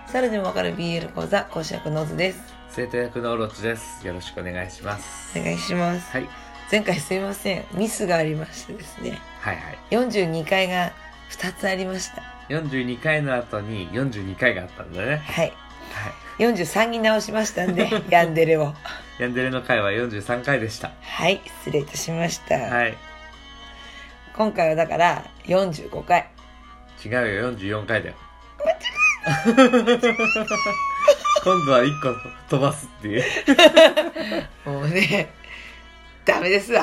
猿でもわかる BL 講座講師役のずです。 生徒役のオロチです。よろしくお願いします。 お願いします。 はい。 前回すいません、ミスがありましてですね、 はいはい。 42回が2つありました。 42回の後に42回があったんだね。 はい。 はい。 43に直しましたんでヤンデレを。 ヤンデレの回は43回でした。 はい、失礼いたしました。 はい。 今回はだから45回。 違うよ、44回だよ。今度は1個飛ばすっていう。 もうね、ダメですわ。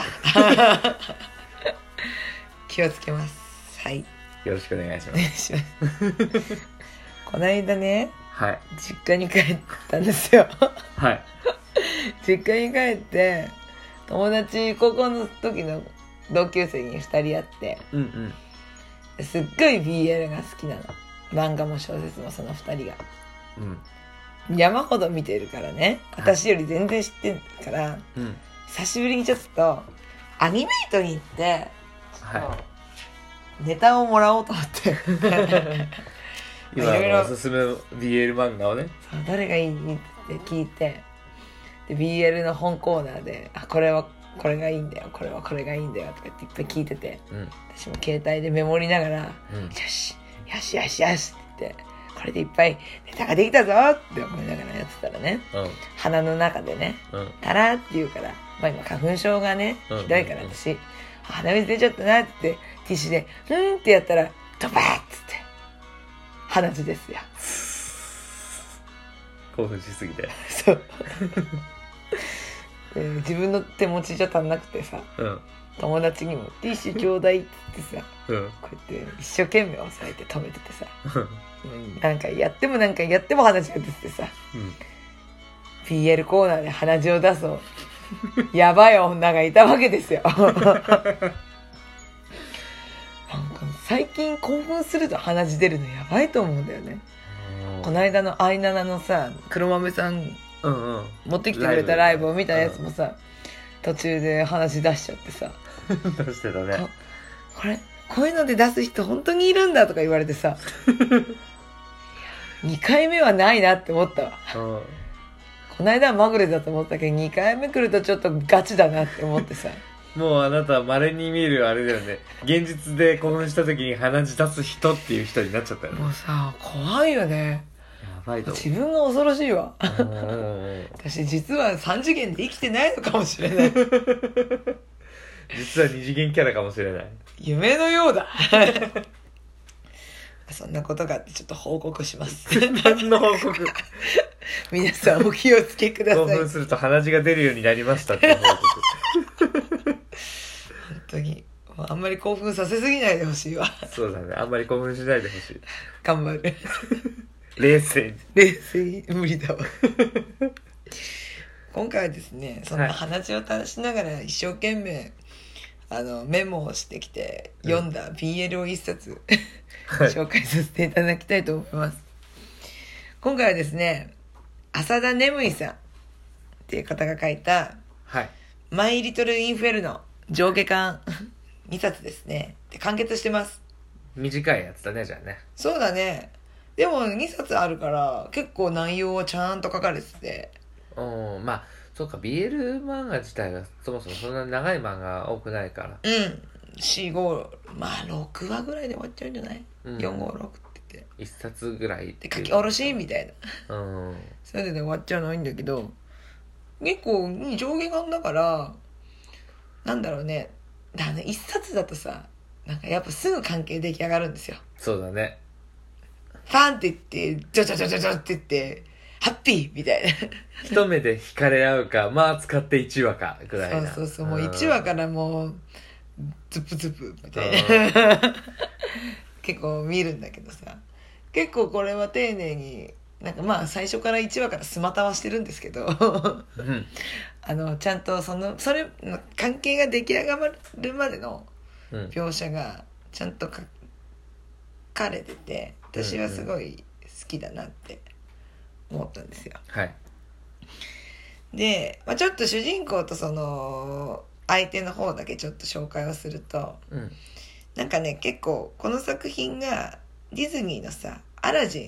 気をつけます。はい。 よろしくお願いしお願います。 します。この間ね、 はい。 実家に帰ったんですよ。 はい。 実家に帰って友達、高校の時の同級生に2人会って、 うんすっごい BL が好きなの。漫画も小説もその2人が。 うん。 山ほど見てるからね。私より全然知ってるから、 うん。 久しぶりにちょっとアニメイトに行って、 はネタをもらおうと思って。 い。今のおすすめ BL 漫画をね。 そう、どれがいいって聞いて、で BL の本コーナーで、これはこれがいいんだよ、これはこれがいいんだよとかっていっぱい聞いてて、 うん。 私も携帯でメモりながら、 うん。 よしよしよしよしって言って、これでいっぱいネタができたぞって思いながらやってたらね、鼻の中でね、 うん。 タラーって言うから、まあ今花粉症がね、 うんひどいから私、鼻水出ちゃったなって言って、ティッシュで、ってやったら、ドバーッつって、鼻血ですよ。 興奮しすぎて。 そう。自分の手持ちじゃ足んなくてさ、 うん。 友達にもティッシュちょうだいって言ってさ、 うん。 こうやって一生懸命押さえて止めててさ、なんかやっても鼻血が出ててさ、 うん。 PL コーナーで鼻血を出そうやばい女がいたわけですよ。なんか最近興奮すると鼻血出るのやばいと思うんだよね。この間のアイナナのさ、黒豆さんうんうん。 持ってきてくれたライブを見たやつもさ、途中で鼻血出しちゃってさ、 出してたね。 こういうので出す人本当にいるんだとか言われてさ2回目はないなって思ったわ。 うん。 この間はまぐれだと思ったけど、2回目来るとちょっとガチだなって思ってさ。 もうあなたは稀に見るあれだよね。現実で興奮した時に鼻血出す人っていう人になっちゃったよね。 もうさ、怖いよね。 やばいと思う。 自分が恐ろしいわ。 うん私実は3次元で生きてないのかもしれない。 実は二次元キャラかもしれない。 夢のようだ。そんなことがあってちょっと報告します。 何の報告？ 皆さんお気をつけください。 興奮すると鼻血が出るようになりましたっていう報告。 本当にもうあんまり興奮させすぎないでほしいわ。 そうだね。あんまり興奮しないでほしい。 頑張る。 冷静に。 冷静に無理だわ。今回はですね、そんな鼻血を垂らしながら一生懸命メモをしてきて読んだ BL を一冊、紹介させていただきたいと思います。今回はですね、浅田眠いさんっていう方が書いたはい。 マイリトルインフェルノ上下巻2冊ですね。で完結してます。 短いやつだね、じゃあね。 そうだね。でも2冊あるから結構内容はちゃんと書かれてて、 まあ、そうか、BL 漫画自体がそもそもそんな長い漫画多くないから。 4、5、まあ6話ぐらいで終わっちゃうんじゃない、4、5、6って言って。 一冊ぐらいで、書き下ろしみたいな。 うんそれで終わっちゃうのはいいんだけど、結構上下巻だから、なんだろうね。だね、1冊だとさ、なんかやっぱすぐ関係出来上がるんですよ。 そうだね。 ファンって言って、ジョジョジョジョジョって言って、ハッピーみたいな。 一目で惹かれ合うか、まあ使って1話かぐらいな。 そう、もう1話からもう、ズプズプみたいな。結構見るんだけどさ。結構これは丁寧に、なんかまあ最初から1話からスマタはしてるんですけど、 うん。 ちゃんとそれの関係が出来上がるまでのうん。 描写がちゃんと書かれてて、私はすごい好きだなって思ったんですよ。 はい。 で、ちょっと主人公とその相手の方だけちょっと紹介をすると、 うん。 なんかね、結構この作品がディズニーのさ、アラジン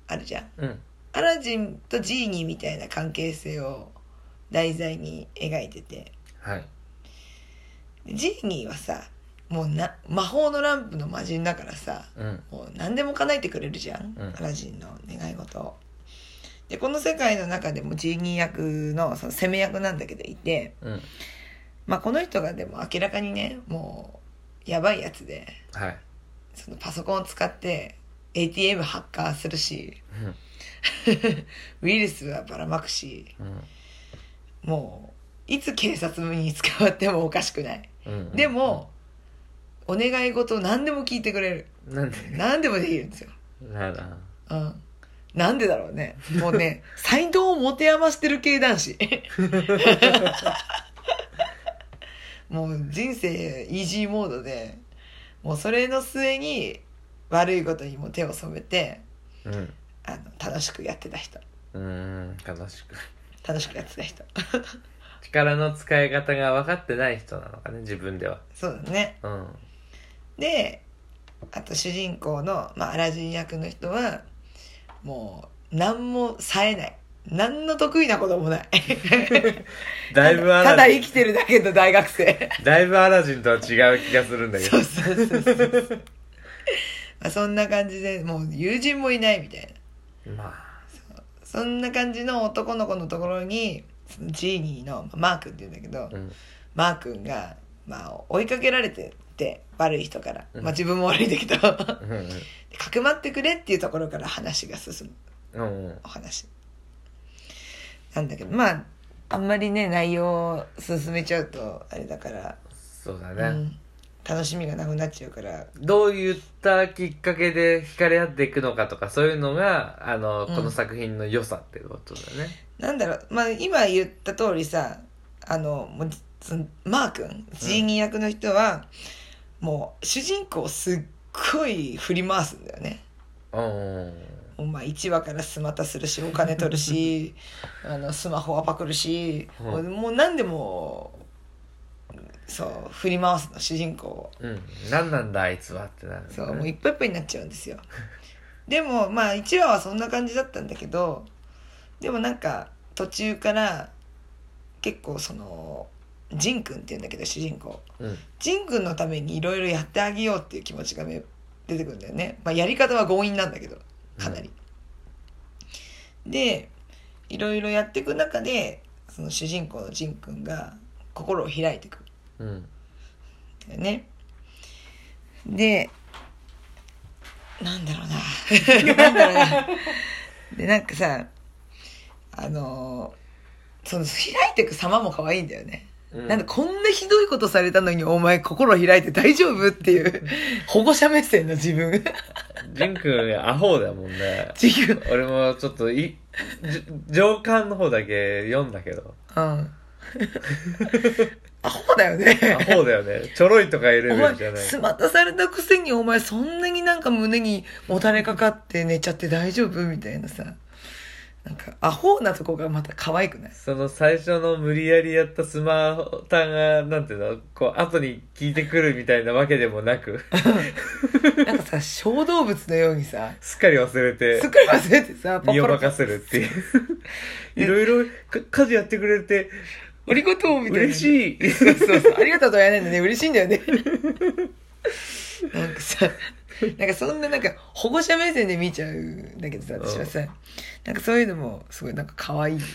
あるじゃん。 うんアラジンとジーニーみたいな関係性を題材に描いてて、 はい。 ジーニーはさ、もう魔法のランプの魔人だからさ、もう何でも叶えてくれるじゃん、アラジンの願い事を。でこの世界の中でもジーニー役のその攻め役なんだけどいて、まあこの人がでも明らかにね、もうやばいやつで、 はい。 そのパソコンを使って ATM ハッカーするし、ウイルスはばらまくし、もういつ警察に捕まってもおかしくない、でもお願い事を何でも聞いてくれる。何でもできるんですよ。なんでだろうね。もうね才能を持て余してる系男子もう人生イージーモードで、もうそれの末に悪いことにも手を染めて、楽しくやってた人。 楽しくやってた人力の使い方が分かってない人なのかね、自分では。 そうだね。であと主人公の、アラジン役の人はもう何も冴えない、何の得意なこともないだいぶアラジン、 ただ生きてるだけの大学生だいぶアラジンとは違う気がするんだけど。 そんな感じで、もう友人もいないみたいな、 そんな感じの男の子のところに、そのジーニーのマー君って言うんだけど、マー君が、追いかけられてて、悪い人から、自分も悪いんだけどかくまってくれっていうところから話が進む、お話なんだけど、あんまりね内容を進めちゃうとあれだから、 そうだね、 楽しみがなくなっちゃうから。 どういったきっかけで惹かれ合っていくのかとか、そういうのがこの作品の良さっていうことだよね。 なんだろう、今言った通りさ、もうそのマー君、ジーニー役の人は、もう主人公をすっごい振り回すんだよね。1話からスマタするし、お金取るしスマホはパクるし、もう何でもそう振り回すの、主人公を。 何なんだあいつはってなる、 そう、もういっぱいいっぱいになっちゃうんですよ。でも1話はそんな感じだったんだけど、でもなんか途中から結構そのジン君っていうんだけど、主人公、ジン君のためにいろいろやってあげようっていう気持ちが出てくるんだよね。やり方は強引なんだけど、かなり、でいろいろやっていく中で、その主人公のジン君が心を開いていく、だよね。でなんだろうなでなんかさ、その開いていく様も可愛いんだよね。なんでこんなひどいことされたのにお前心開いて大丈夫っていう保護者目線の自分ジン君アホだもんね。俺もちょっと上巻の方だけ読んだけど、 アホだよね。 アホだよね。ちょろいとかいうレベルじゃない。 スマタされたくせにお前そんなになんか胸にもたれかかって寝ちゃって大丈夫みたいなさ、なんかアホなとこがまた可愛くない？ その最初の無理やりやったスマタがなんていうの、こう後に聞いてくるみたいなわけでもなくなんかさ、小動物のようにさ、 すっかり忘れてさ、 身を任せるっていういろいろ家事やってくれてありがとうみたいな、 嬉しいそうありがとうとは言わないんだね、嬉しいんだよねなんかさ、なんかそんななんか保護者目線で見ちゃうんだけどさ、私はさ、なんかそういうのもすごいなんか可愛い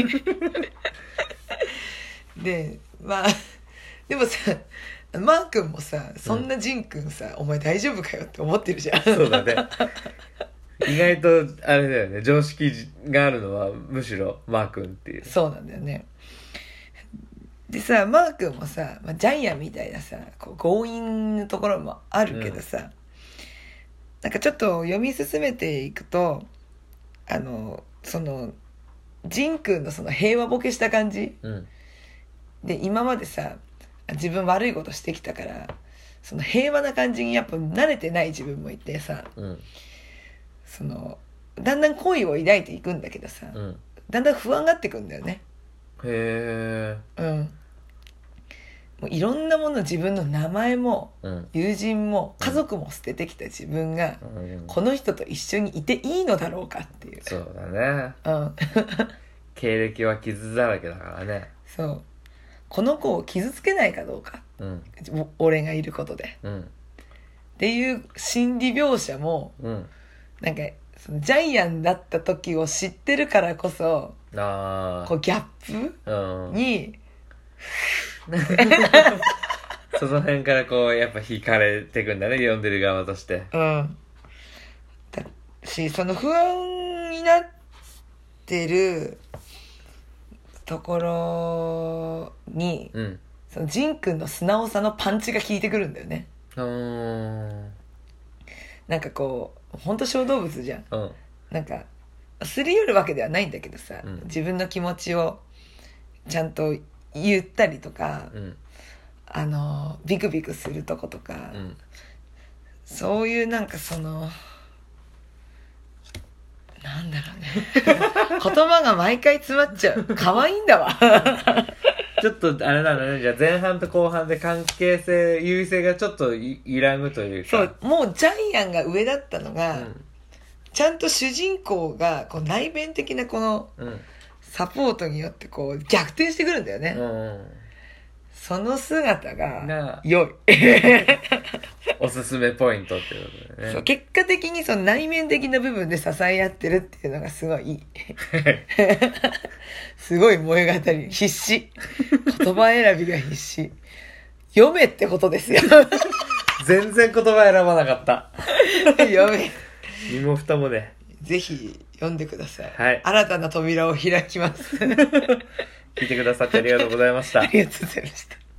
ででもさ、マー君もさ、そんなジン君さ、お前大丈夫かよって思ってるじゃん。 そうだね。意外とあれだよね、常識があるのはむしろマー君っていう。 そうなんだよね。でさ、マー君もさ、ジャイアンみたいなさ、こう強引なところもあるけどさ、なんかちょっと読み進めていくと、そのジン君のその平和ボケした感じ、で今までさ、自分悪いことしてきたから、その平和な感じにやっぱ慣れてない自分もいてさ、そのだんだん恋を抱いていくんだけどさ、だんだん不安がってくんだよね。 へえ。 もういろんなもの、自分の名前も、 うん友人も家族も捨ててきた自分が、 うんこの人と一緒にいていいのだろうかっていう。 そうだね。 うん。 経歴は傷だらけだからね。 そう。この子を傷つけないかどうか。 うん。 俺がいることで。 うん。 っていう心理描写も、 うん。 なんか、そのジャイアンだった時を知ってるからこそ、 あこうギャップあ。うん。 に、 その辺からこう、やっぱ惹かれてくんだね、読んでる側として。 うん。だし、その不安になってるところに、 うん。 そのジンくんの素直さのパンチが効いてくるんだよね。なんかこう、ほんと小動物じゃん。 うん。 なんか、すり寄るわけではないんだけどさ、 うん、 自分の気持ちをちゃんと言ったりとか、 うん、 ビクビクするとことか、 うん、 そういうなんかその、なんだろうね。言葉が毎回詰まっちゃう。可愛いんだわ。 ちょっとあれなのね、じゃあ前半と後半で関係性、優位性がちょっと揺らぐというか。 そう、もうジャイアンが上だったのが、 うん、 ちゃんと主人公がこう内面的なこのサポートによってこう逆転してくるんだよね。 うん、 その姿が良い。 おすすめポイントってことだよね。 そう、結果的にその内面的な部分で支え合ってるっていうのがすごいいい。すごい萌え語り。必死。言葉選びが必死。読めってことですよ。 全然言葉選ばなかった。 読め。 身も蓋もね。 ぜひ読んでください。 はい。 新たな扉を開きます。 聞いてくださってありがとうございました。 ありがとうございました。